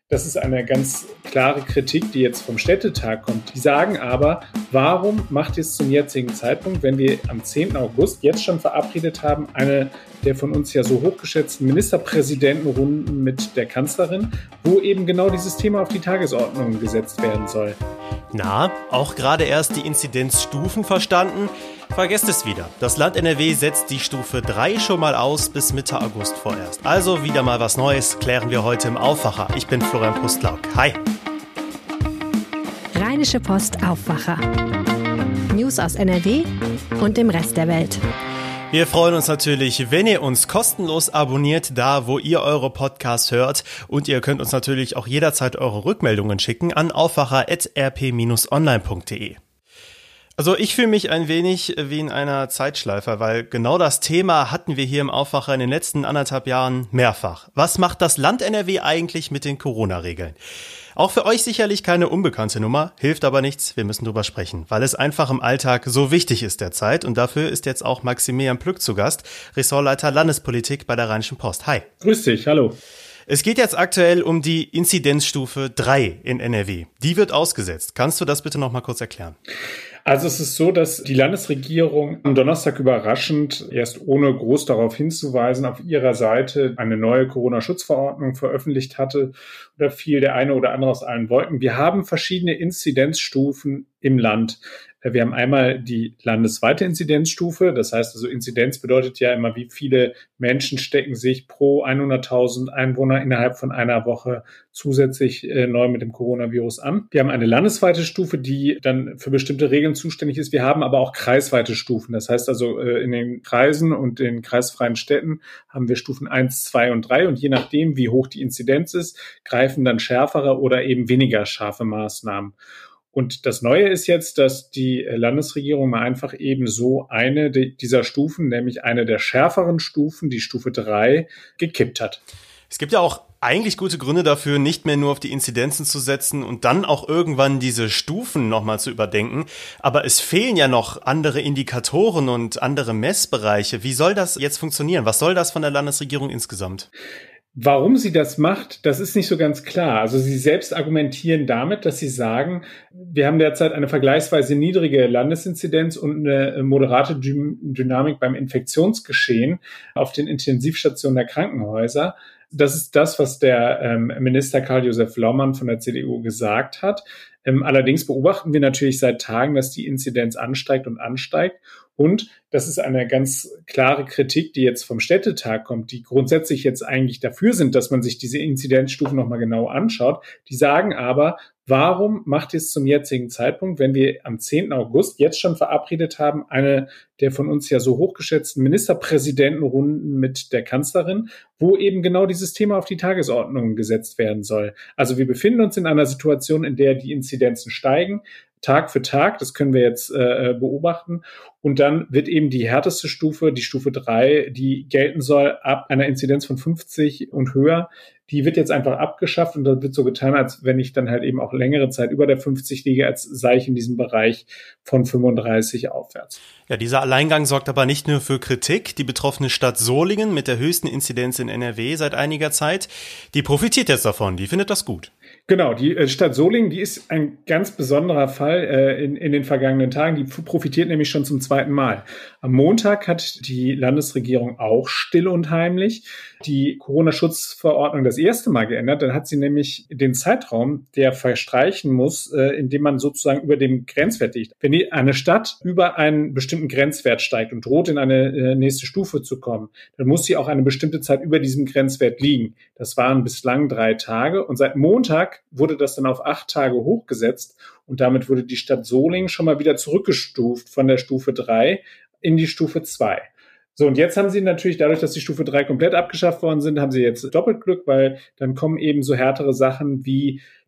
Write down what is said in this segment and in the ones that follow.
Das ist eine ganz klare Kritik, die jetzt vom Städtetag kommt. Die sagen aber, warum macht ihr es zum jetzigen Zeitpunkt, wenn wir am 10. August jetzt schon verabredet haben, eine der von uns ja so hochgeschätzten Ministerpräsidentenrunden mit der Kanzlerin, wo eben genau dieses Thema auf die Tagesordnung gesetzt werden soll. Na, auch gerade erst die Inzidenzstufen verstanden? Vergesst es wieder. Das Land NRW setzt die Stufe 3 schon mal aus bis Mitte August vorerst. Also wieder mal was Neues, klären wir heute im Aufwacher. Ich bin Florian Pustlauk. Hi. Rheinische Post Aufwacher. News aus NRW und dem Rest der Welt. Wir freuen uns natürlich, wenn ihr uns kostenlos abonniert, da wo ihr eure Podcasts hört. Und ihr könnt uns natürlich auch jederzeit eure Rückmeldungen schicken an aufwacher@rp-online.de. Also ich fühle mich ein wenig wie in einer Zeitschleife, weil genau das Thema hatten wir hier im Aufwacher in den letzten 1,5 Jahren mehrfach. Was macht das Land NRW eigentlich mit den Corona-Regeln? Auch für euch sicherlich keine unbekannte Nummer, hilft aber nichts, wir müssen drüber sprechen, weil es einfach im Alltag so wichtig ist derzeit und dafür ist jetzt auch Maximilian Plück zu Gast, Ressortleiter Landespolitik bei der Rheinischen Post. Hi. Grüß dich, hallo. Es geht jetzt aktuell um die Inzidenzstufe 3 in NRW. Die wird ausgesetzt. Kannst du das bitte noch mal kurz erklären? Also es ist so, dass die Landesregierung am Donnerstag überraschend, erst ohne groß darauf hinzuweisen, auf ihrer Seite eine neue Corona-Schutzverordnung veröffentlicht hatte. Da fiel der eine oder andere aus allen Wolken. Wir haben verschiedene Inzidenzstufen im Land. Wir haben einmal die landesweite Inzidenzstufe. Das heißt also, Inzidenz bedeutet ja immer, wie viele Menschen stecken sich pro 100.000 Einwohner innerhalb von einer Woche zusätzlich neu mit dem Coronavirus an. Wir haben eine landesweite Stufe, die dann für bestimmte Regeln zuständig ist. Wir haben aber auch kreisweite Stufen. Das heißt also, in den Kreisen und den kreisfreien Städten haben wir Stufen 1, 2 und 3. Und je nachdem, wie hoch die Inzidenz ist, greifen dann schärfere oder eben weniger scharfe Maßnahmen. Und das Neue ist jetzt, dass die Landesregierung mal einfach eben so eine dieser Stufen, nämlich eine der schärferen Stufen, die Stufe 3, gekippt hat. Es gibt ja auch eigentlich gute Gründe dafür, nicht mehr nur auf die Inzidenzen zu setzen und dann auch irgendwann diese Stufen nochmal zu überdenken. Aber es fehlen ja noch andere Indikatoren und andere Messbereiche. Wie soll das jetzt funktionieren? Was soll das von der Landesregierung insgesamt? Warum sie das macht, das ist nicht so ganz klar. Also sie selbst argumentieren damit, dass sie sagen, wir haben derzeit eine vergleichsweise niedrige Landesinzidenz und eine moderate Dynamik beim Infektionsgeschehen auf den Intensivstationen der Krankenhäuser. Das ist das, was der Minister Karl-Josef Laumann von der CDU gesagt hat. Allerdings beobachten wir natürlich seit Tagen, dass die Inzidenz ansteigt und ansteigt. Und das ist eine ganz klare Kritik, die jetzt vom Städtetag kommt, die grundsätzlich jetzt eigentlich dafür sind, dass man sich diese Inzidenzstufen nochmal genau anschaut. Die sagen aber, warum macht ihr es zum jetzigen Zeitpunkt, wenn wir am 10. August jetzt schon verabredet haben, eine der von uns ja so hochgeschätzten Ministerpräsidentenrunden mit der Kanzlerin, wo eben genau dieses Thema auf die Tagesordnung gesetzt werden soll. Also wir befinden uns in einer Situation, in der die Inzidenzen steigen, Tag für Tag, das können wir jetzt beobachten. Und dann wird eben die härteste Stufe, die Stufe 3, die gelten soll ab einer Inzidenz von 50 und höher, die wird jetzt einfach abgeschafft und da wird so getan, als wenn ich dann halt eben auch längere Zeit über der 50 liege, als sei ich in diesem Bereich von 35 aufwärts. Ja, dieser Alleingang sorgt aber nicht nur für Kritik. Die betroffene Stadt Solingen mit der höchsten Inzidenz in NRW seit einiger Zeit, die profitiert jetzt davon, die findet das gut. Genau, die Stadt Solingen, die ist ein ganz besonderer Fall in den vergangenen Tagen. Die profitiert nämlich schon zum zweiten Mal. Am Montag hat die Landesregierung auch still und heimlich die Corona-Schutzverordnung das erste Mal geändert. Dann hat sie nämlich den Zeitraum, der verstreichen muss, indem man sozusagen über dem Grenzwert liegt. Wenn eine Stadt über einen bestimmten Grenzwert steigt und droht, in eine nächste Stufe zu kommen, dann muss sie auch eine bestimmte Zeit über diesem Grenzwert liegen. Das waren bislang 3 Tage und seit Montag wurde das dann auf 8 Tage hochgesetzt und damit wurde die Stadt Solingen schon mal wieder zurückgestuft von der Stufe 3 in die Stufe 2. So, und jetzt haben sie natürlich, dadurch, dass die Stufe 3 komplett abgeschafft worden sind, haben sie jetzt doppelt Glück, weil dann kommen eben so härtere Sachen wie,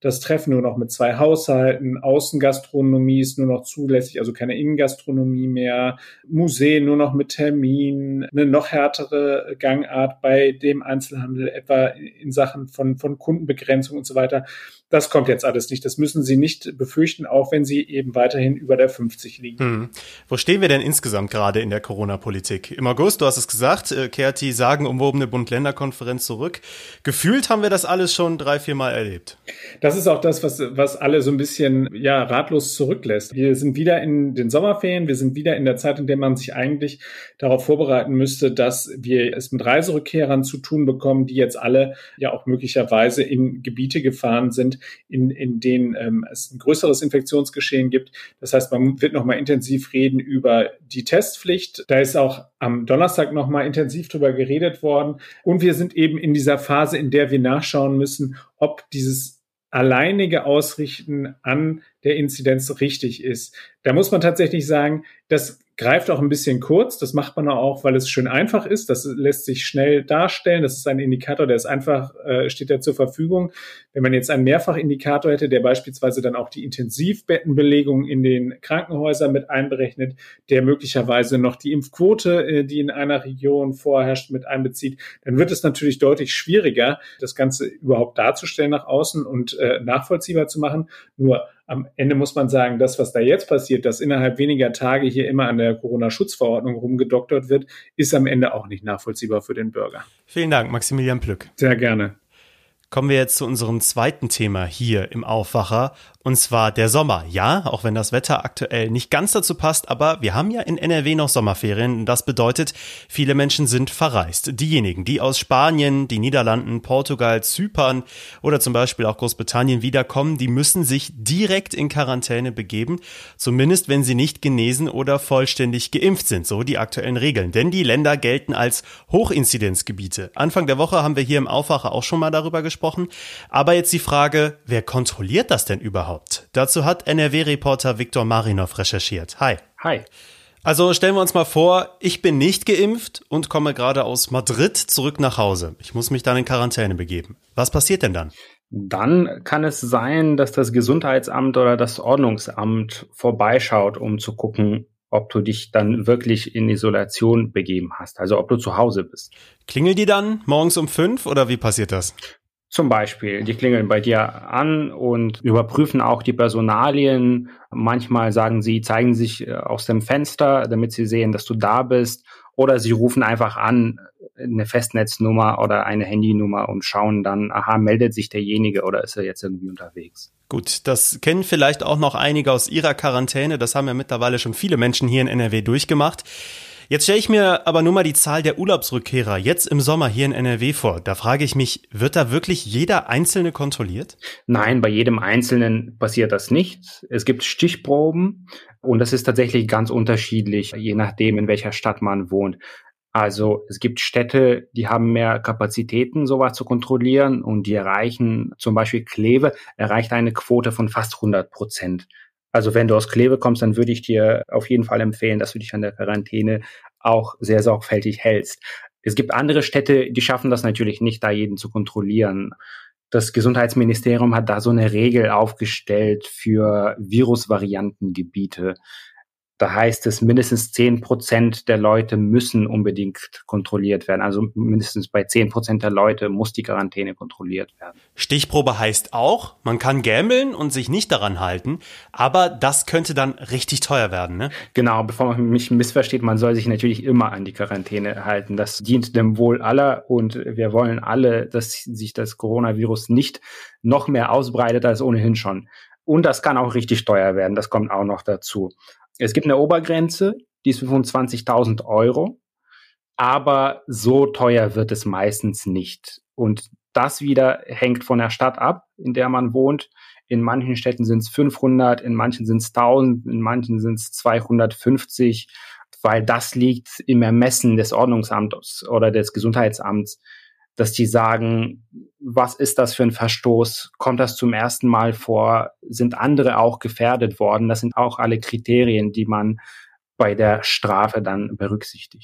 das Treffen nur noch mit 2 Haushalten, Außengastronomie ist nur noch zulässig, also keine Innengastronomie mehr, Museen nur noch mit Termin, eine noch härtere Gangart bei dem Einzelhandel, etwa in Sachen von Kundenbegrenzung und so weiter. Das kommt jetzt alles nicht. Das müssen Sie nicht befürchten, auch wenn Sie eben weiterhin über der 50 liegen. Wo stehen wir denn insgesamt gerade in der Corona-Politik? Im August, du hast es gesagt, kehrt die sagenumwobene Bund-Länder-Konferenz zurück. Gefühlt haben wir das alles schon 3-4 Mal erlebt. Das ist auch das, was alle so ein bisschen ratlos zurücklässt. Wir sind wieder in den Sommerferien, wir sind wieder in der Zeit, in der man sich eigentlich darauf vorbereiten müsste, dass wir es mit Reiserückkehrern zu tun bekommen, die jetzt alle ja auch möglicherweise in Gebiete gefahren sind, in denen es ein größeres Infektionsgeschehen gibt. Das heißt, man wird nochmal intensiv reden über die Testpflicht. Da ist auch am Donnerstag nochmal intensiv drüber geredet worden. Und wir sind eben in dieser Phase, in der wir nachschauen müssen, ob dieses alleinige Ausrichten an der Inzidenz richtig ist. Da muss man tatsächlich sagen, das greift auch ein bisschen kurz. Das macht man auch, weil es schön einfach ist. Das lässt sich schnell darstellen. Das ist ein Indikator, der ist einfach, steht ja zur Verfügung. Wenn man jetzt einen Mehrfachindikator hätte, der beispielsweise dann auch die Intensivbettenbelegung in den Krankenhäusern mit einberechnet, der möglicherweise noch die Impfquote, die in einer Region vorherrscht, mit einbezieht, dann wird es natürlich deutlich schwieriger, das Ganze überhaupt darzustellen nach außen und nachvollziehbar zu machen. Nur am Ende muss man sagen, das, was da jetzt passiert, dass innerhalb weniger Tage hier immer an der Corona-Schutzverordnung rumgedoktert wird, ist am Ende auch nicht nachvollziehbar für den Bürger. Vielen Dank, Maximilian Plück. Sehr gerne. Kommen wir jetzt zu unserem zweiten Thema hier im Aufwacher, und zwar der Sommer. Ja, auch wenn das Wetter aktuell nicht ganz dazu passt, aber wir haben ja in NRW noch Sommerferien. Das bedeutet, viele Menschen sind verreist. Diejenigen, die aus Spanien, die Niederlanden, Portugal, Zypern oder zum Beispiel auch Großbritannien wiederkommen, die müssen sich direkt in Quarantäne begeben, zumindest wenn sie nicht genesen oder vollständig geimpft sind, so die aktuellen Regeln. Denn die Länder gelten als Hochinzidenzgebiete. Anfang der Woche haben wir hier im Aufwacher auch schon mal darüber gesprochen. Aber jetzt die Frage, wer kontrolliert das denn überhaupt? Dazu hat NRW-Reporter Viktor Marinov recherchiert. Hi. Hi. Also stellen wir uns mal vor, ich bin nicht geimpft und komme gerade aus Madrid zurück nach Hause. Ich muss mich dann in Quarantäne begeben. Was passiert denn dann? Dann kann es sein, dass das Gesundheitsamt oder das Ordnungsamt vorbeischaut, um zu gucken, ob du dich dann wirklich in Isolation begeben hast, also ob du zu Hause bist. Klingeln die dann morgens um 5 oder wie passiert das? Zum Beispiel, die klingeln bei dir an und überprüfen auch die Personalien. Manchmal zeigen sich aus dem Fenster, damit sie sehen, dass du da bist. Oder sie rufen einfach an, eine Festnetznummer oder eine Handynummer und schauen dann, aha, meldet sich derjenige oder ist er jetzt irgendwie unterwegs. Gut, das kennen vielleicht auch noch einige aus ihrer Quarantäne. Das haben ja mittlerweile schon viele Menschen hier in NRW durchgemacht. Jetzt stelle ich mir aber nur mal die Zahl der Urlaubsrückkehrer jetzt im Sommer hier in NRW vor. Da frage ich mich, wird da wirklich jeder Einzelne kontrolliert? Nein, bei jedem Einzelnen passiert das nicht. Es gibt Stichproben und das ist tatsächlich ganz unterschiedlich, je nachdem, in welcher Stadt man wohnt. Also es gibt Städte, die haben mehr Kapazitäten, sowas zu kontrollieren und die erreichen, zum Beispiel Kleve, erreicht eine Quote von fast 100%. Also wenn du aus Kleve kommst, dann würde ich dir auf jeden Fall empfehlen, dass du dich an der Quarantäne auch sehr sorgfältig hältst. Es gibt andere Städte, die schaffen das natürlich nicht, da jeden zu kontrollieren. Das Gesundheitsministerium hat da so eine Regel aufgestellt für Virusvariantengebiete. Da heißt es, mindestens 10% der Leute müssen unbedingt kontrolliert werden. Also mindestens bei 10% der Leute muss die Quarantäne kontrolliert werden. Stichprobe heißt auch, man kann gamblen und sich nicht daran halten, aber das könnte dann richtig teuer werden, ne? Genau, bevor man mich missversteht, man soll sich natürlich immer an die Quarantäne halten. Das dient dem Wohl aller und wir wollen alle, dass sich das Coronavirus nicht noch mehr ausbreitet als ohnehin schon. Und das kann auch richtig teuer werden, das kommt auch noch dazu. Es gibt eine Obergrenze, die ist 25.000 €, aber so teuer wird es meistens nicht. Und das wieder hängt von der Stadt ab, in der man wohnt. In manchen Städten sind es 500, in manchen sind es 1000, in manchen sind es 250, weil das liegt im Ermessen des Ordnungsamts oder des Gesundheitsamts, dass die sagen, was ist das für ein Verstoß? Kommt das zum ersten Mal vor? Sind andere auch gefährdet worden? Das sind auch alle Kriterien, die man bei der Strafe dann berücksichtigt.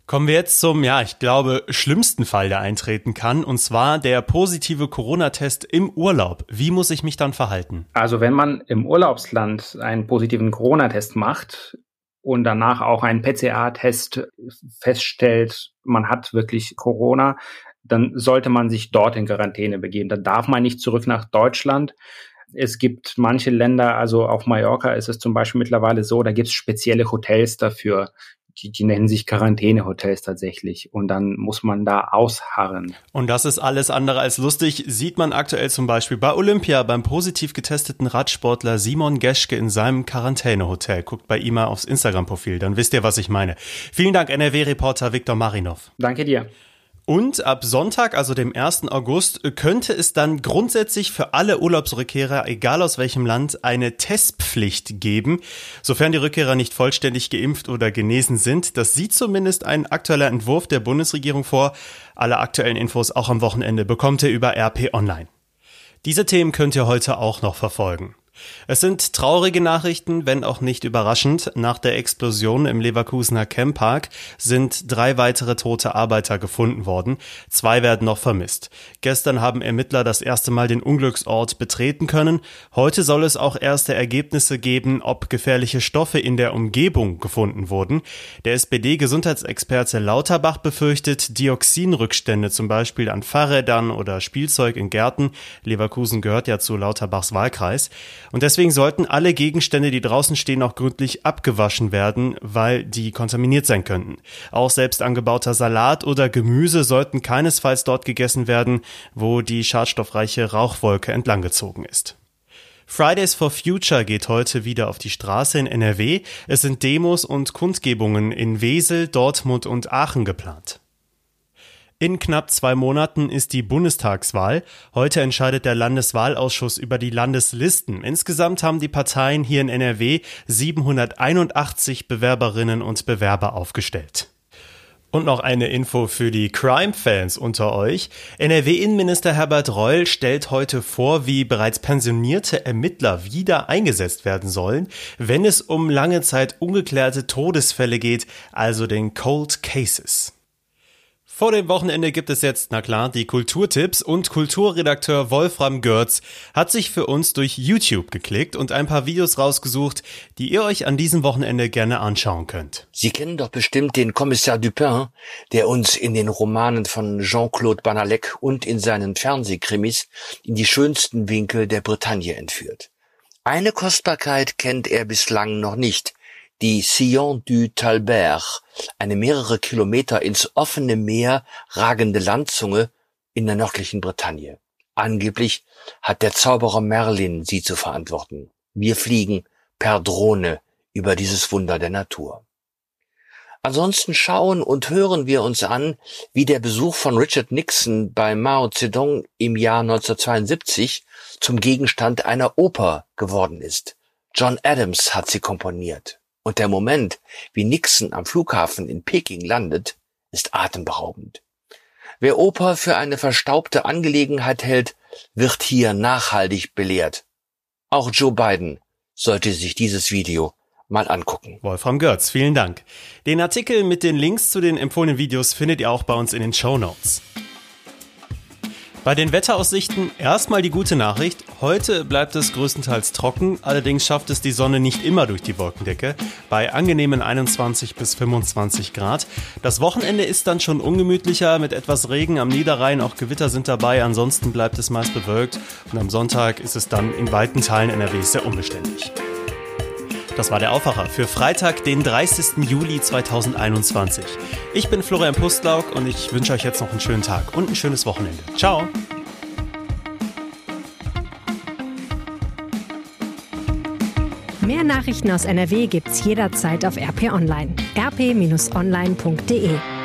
Kommen wir jetzt zum, ich glaube, schlimmsten Fall, der eintreten kann, und zwar der positive Corona-Test im Urlaub. Wie muss ich mich dann verhalten? Also wenn man im Urlaubsland einen positiven Corona-Test macht und danach auch einen PCR-Test feststellt, man hat wirklich Corona, dann sollte man sich dort in Quarantäne begeben. Dann darf man nicht zurück nach Deutschland. Es gibt manche Länder, also auf Mallorca ist es zum Beispiel mittlerweile so, da gibt es spezielle Hotels dafür. Die nennen sich Quarantänehotels tatsächlich. Und dann muss man da ausharren. Und das ist alles andere als lustig. Sieht man aktuell zum Beispiel bei Olympia beim positiv getesteten Radsportler Simon Geschke in seinem Quarantänehotel. Guckt bei ihm mal aufs Instagram-Profil, dann wisst ihr, was ich meine. Vielen Dank, NRW-Reporter Viktor Marinov. Danke dir. Und ab Sonntag, also dem 1. August, könnte es dann grundsätzlich für alle Urlaubsrückkehrer, egal aus welchem Land, eine Testpflicht geben, sofern die Rückkehrer nicht vollständig geimpft oder genesen sind. Das sieht zumindest ein aktueller Entwurf der Bundesregierung vor. Alle aktuellen Infos auch am Wochenende bekommt ihr über RP Online. Diese Themen könnt ihr heute auch noch verfolgen. Es sind traurige Nachrichten, wenn auch nicht überraschend. Nach der Explosion im Leverkusener Camppark sind 3 weitere tote Arbeiter gefunden worden. 2 werden noch vermisst. Gestern haben Ermittler das erste Mal den Unglücksort betreten können. Heute soll es auch erste Ergebnisse geben, ob gefährliche Stoffe in der Umgebung gefunden wurden. Der SPD-Gesundheitsexperte Lauterbach befürchtet Dioxinrückstände, zum Beispiel an Fahrrädern oder Spielzeug in Gärten. Leverkusen gehört ja zu Lauterbachs Wahlkreis. Und deswegen sollten alle Gegenstände, die draußen stehen, auch gründlich abgewaschen werden, weil die kontaminiert sein könnten. Auch selbst angebauter Salat oder Gemüse sollten keinesfalls dort gegessen werden, wo die schadstoffreiche Rauchwolke entlanggezogen ist. Fridays for Future geht heute wieder auf die Straße in NRW. Es sind Demos und Kundgebungen in Wesel, Dortmund und Aachen geplant. In knapp 2 Monaten ist die Bundestagswahl. Heute entscheidet der Landeswahlausschuss über die Landeslisten. Insgesamt haben die Parteien hier in NRW 781 Bewerberinnen und Bewerber aufgestellt. Und noch eine Info für die Crime-Fans unter euch. NRW-Innenminister Herbert Reul stellt heute vor, wie bereits pensionierte Ermittler wieder eingesetzt werden sollen, wenn es um lange Zeit ungeklärte Todesfälle geht, also den Cold Cases. Vor dem Wochenende gibt es jetzt, na klar, die Kulturtipps, und Kulturredakteur Wolfram Görz hat sich für uns durch YouTube geklickt und ein paar Videos rausgesucht, die ihr euch an diesem Wochenende gerne anschauen könnt. Sie kennen doch bestimmt den Kommissar Dupin, der uns in den Romanen von Jean-Claude Banalek und in seinen Fernsehkrimis in die schönsten Winkel der Bretagne entführt. Eine Kostbarkeit kennt er bislang noch nicht: die Sillon du Talbert, eine mehrere Kilometer ins offene Meer ragende Landzunge in der nördlichen Bretagne. Angeblich hat der Zauberer Merlin sie zu verantworten. Wir fliegen per Drohne über dieses Wunder der Natur. Ansonsten schauen und hören wir uns an, wie der Besuch von Richard Nixon bei Mao Zedong im Jahr 1972 zum Gegenstand einer Oper geworden ist. John Adams hat sie komponiert. Und der Moment, wie Nixon am Flughafen in Peking landet, ist atemberaubend. Wer Oper für eine verstaubte Angelegenheit hält, wird hier nachhaltig belehrt. Auch Joe Biden sollte sich dieses Video mal angucken. Wolfram Görz, vielen Dank. Den Artikel mit den Links zu den empfohlenen Videos findet ihr auch bei uns in den Shownotes. Bei den Wetteraussichten erstmal die gute Nachricht. Heute bleibt es größtenteils trocken, allerdings schafft es die Sonne nicht immer durch die Wolkendecke, bei angenehmen 21 bis 25 Grad. Das Wochenende ist dann schon ungemütlicher, mit etwas Regen am Niederrhein, auch Gewitter sind dabei, ansonsten bleibt es meist bewölkt und am Sonntag ist es dann in weiten Teilen NRWs sehr unbeständig. Das war der Aufwacher für Freitag, den 30. Juli 2021. Ich bin Florian Pustlauk und ich wünsche euch jetzt noch einen schönen Tag und ein schönes Wochenende. Ciao! Mehr Nachrichten aus NRW gibt's jederzeit auf RP Online. rp-online.de